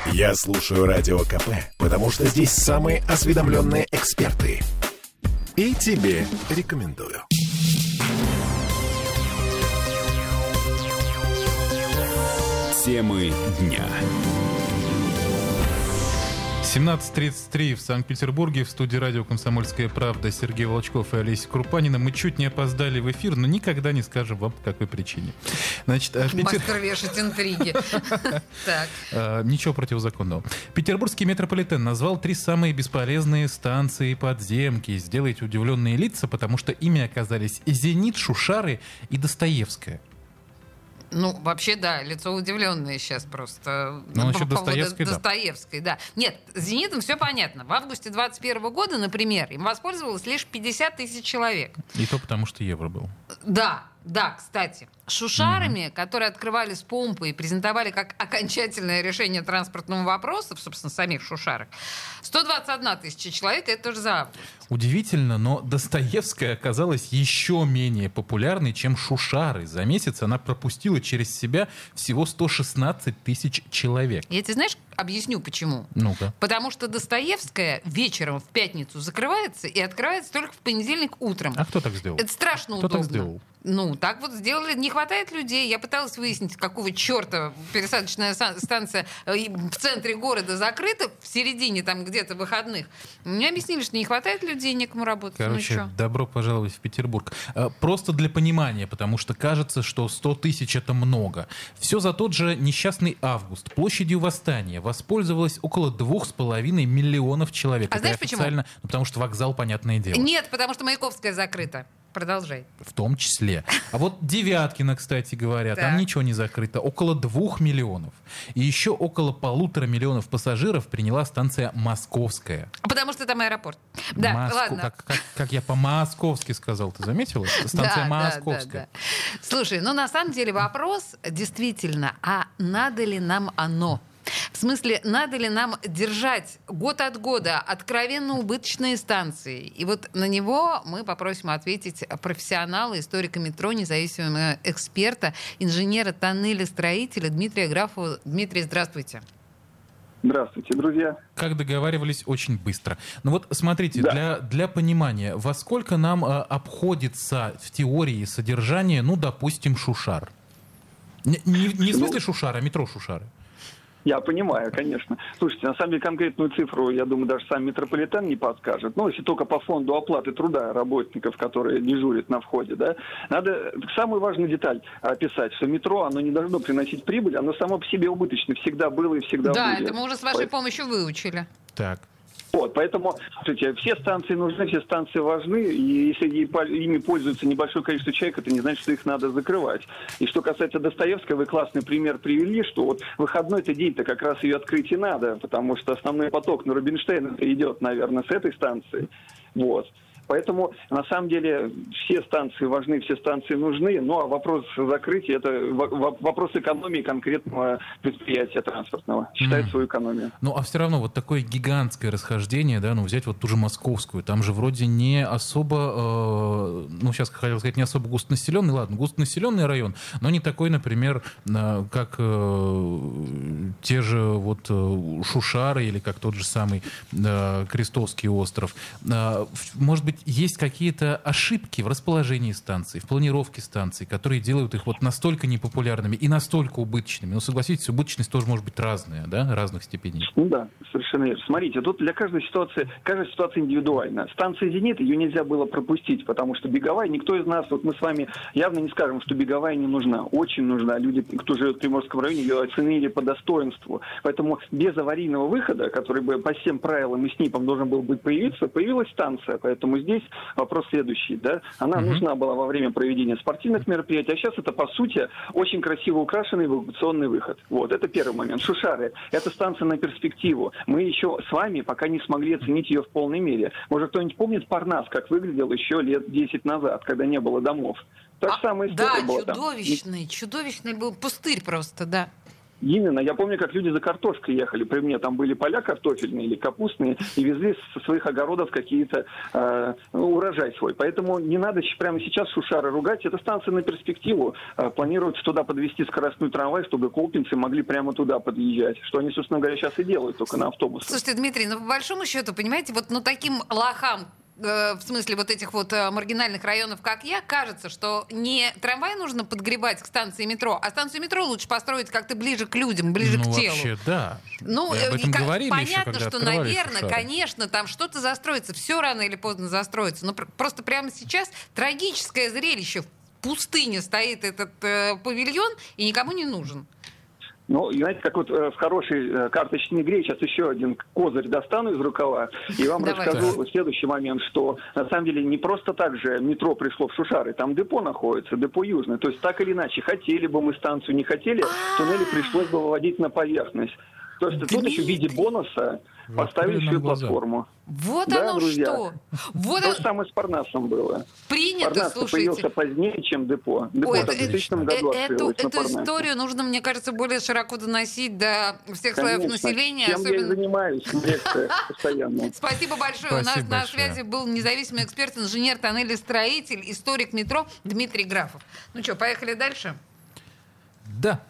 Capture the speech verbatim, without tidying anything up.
Я слушаю Радио КП, потому что здесь самые осведомленные эксперты. И тебе рекомендую. Темы дня. семнадцать тридцать три в Санкт-Петербурге. В студии радио «Комсомольская правда» Сергей Волчков и Олеся Крупанина. Мы чуть не опоздали в эфир, но никогда не скажем вам, по какой причине. Значит, а Петер... Мастер вешать интриги. Ничего противозаконного. Петербургский метрополитен назвал три самые бесполезные станции подземки. Сделайте удивленные лица, потому что ими оказались «Зенит», «Шушары» и «Достоевская». Ну, вообще, да, лицо удивленное сейчас просто. Ну, насчет по Достоевской, да. Достоевской, да. Нет, с «Зенитом» все понятно. В августе двадцать первого года, например, им воспользовалось лишь пятьдесят тысяч человек. И то потому, что евро был. Да, да, кстати. С «Шушарами», mm-hmm. которые открывали с помпы и презентовали как окончательное решение транспортного вопроса, собственно, самих «Шушарок», сто двадцать одна тысяча человек, это тоже за август. Удивительно, но Достоевская оказалась еще менее популярной, чем «Шушары». За месяц она пропустила через себя всего сто шестнадцать тысяч человек. Я тебе, знаешь, объясню, почему. Ну-ка. Потому что Достоевская вечером в пятницу закрывается и открывается только в понедельник утром. А кто так сделал? Это страшно кто удобно. Так сделал? Ну, так вот сделали. Не хватает людей. Я пыталась выяснить, какого черта пересадочная станция в центре города закрыта, в середине там где-то выходных. Мне объяснили, что не хватает людей, некому работать. Короче, ну, добро пожаловать в Петербург. Просто для понимания, потому что кажется, что сто тысяч — это много. Все за тот же несчастный август. Площадью Восстания воспользовалось около двух с половиной миллионов человек. А это знаешь официально, почему? Ну, потому что вокзал, понятное дело. Нет, потому что Маяковская закрыта. Продолжай. В том числе. А вот Девяткино, кстати говоря, там Так. ничего не закрыто. Около двух миллионов. И еще около полутора миллионов пассажиров приняла станция Московская. Потому что там аэропорт. Да, Моско... ладно. Как, как, как я по-московски сказал, ты заметила? Станция Да, Московская. да, да, да. Слушай, ну на самом деле вопрос действительно, а надо ли нам оно? В смысле, надо ли нам держать год от года откровенно убыточные станции? И вот на него мы попросим ответить профессионала, историка метро, независимого эксперта, инженера тоннелестроителя Дмитрия Графова. Дмитрий, здравствуйте. Здравствуйте, друзья. Как договаривались, очень быстро. Ну вот смотрите, да. для, для понимания, во сколько нам э, обходится в теории содержание, ну, допустим, Шушар? Не, не, не в смысле ну, Шушара, а метро Шушары. Я понимаю, конечно. Слушайте, на самом деле конкретную цифру, я думаю, даже сам метрополитен не подскажет. Ну, если только по фонду оплаты труда работников, которые дежурят на входе, да. Надо самую важную деталь описать, что метро, оно не должно приносить прибыль, оно само по себе убыточно. Всегда было и всегда да, будет. Да, это мы уже с вашей помощью выучили. Так. Вот, поэтому, слушайте, все станции нужны, все станции важны, и если ими пользуется небольшое количество человек, это не значит, что их надо закрывать. И что касается Достоевской, вы классный пример привели, что вот выходной-то день-то как раз ее открыть и надо, потому что основной поток на Рубинштейна идет, наверное, с этой станции. Вот. Поэтому, на самом деле, все станции важны, все станции нужны, ну а вопрос закрытия – это вопрос экономии конкретного предприятия транспортного. Считает mm. свою экономию. Ну, а все равно вот такое гигантское расхождение, да, ну, взять вот ту же Московскую, там же вроде не особо, э, ну, сейчас хотел сказать, не особо густонаселенный, ладно, густонаселенный район, но не такой, например, э, как э, те же вот э, Шушары или как тот же самый э, Крестовский остров. Э, может быть, есть какие-то ошибки в расположении станций, в планировке станций, которые делают их вот настолько непопулярными и настолько убыточными. Но согласитесь, убыточность тоже может быть разная, да, разных степеней. Ну да, совершенно верно. Смотрите, тут для каждой ситуации, каждая ситуация индивидуальна. Станция «Зенит», ее нельзя было пропустить, потому что беговая, никто из нас, вот мы с вами явно не скажем, что беговая не нужна. Очень нужна. Люди, кто живет в Приморском районе, ее оценили по достоинству. Поэтому без аварийного выхода, который бы по всем правилам и СНИПам должен был быть появиться, появилась станция. Поэтому здесь вопрос следующий, да, она uh-huh. нужна была во время проведения спортивных мероприятий, а сейчас это, по сути, очень красиво украшенный эвакуационный выход. Вот, это первый момент. Шушары, это станция на перспективу. Мы еще с вами пока не смогли оценить ее в полной мере. Может, кто-нибудь помнит Парнас, как выглядел еще лет десять назад, когда не было домов? Та же а, самая история да, была чудовищный, там. чудовищный был пустырь просто, да. Именно. Я помню, как люди за картошкой ехали. При мне там были поля картофельные или капустные, и везли со своих огородов какие-то э, урожай свой. Поэтому не надо прямо сейчас Шушары ругать. Это станция на перспективу. Э, планируется туда подвести скоростной трамвай, чтобы колпинцы могли прямо туда подъезжать. Что они, собственно говоря, сейчас и делают, только на автобусах. Слушайте, Дмитрий, ну по большому счету, понимаете, вот ну таким лохам, в смысле вот этих вот маргинальных районов, как я, кажется, что не трамвай нужно подгребать к станции метро, а станцию метро лучше построить как-то ближе к людям, ближе ну, к телу. Вообще, да. Ну, Мы об этом как, говорили понятно, еще, когда что, наверное, Шушары. конечно, там что-то застроится, все рано или поздно застроится. Но пр- просто прямо сейчас трагическое зрелище. В пустыне стоит этот э, павильон и никому не нужен. Ну, знаете, как вот э, в хорошей э, карточной игре сейчас еще один козырь достану из рукава и вам Давайте. расскажу следующий момент, что на самом деле не просто так же метро пришло в Шушары, там депо находится, депо Южное. То есть так или иначе, хотели бы мы станцию, не хотели, туннели пришлось бы выводить на поверхность. То есть тут еще в виде бонуса поставили открыли всю нам глаза. платформу. Вот Да, оно друзья. что. Вот То оно... же самое с Парнасом было. Принято, Парнас слушайте. появился позднее, чем депо. Депо Ой, в это- две тысячном году э- эту, открылось на эту Парнасе. историю нужно, мне кажется, более широко доносить до всех слоев Конечно. населения. Чем я и особенно... занимаюсь в лекциях постоянно. Спасибо большое. У нас Спасибо на большое. связи был независимый эксперт, инженер, тоннелестроитель, историк метро Дмитрий Графов. Ну что, поехали дальше? Да.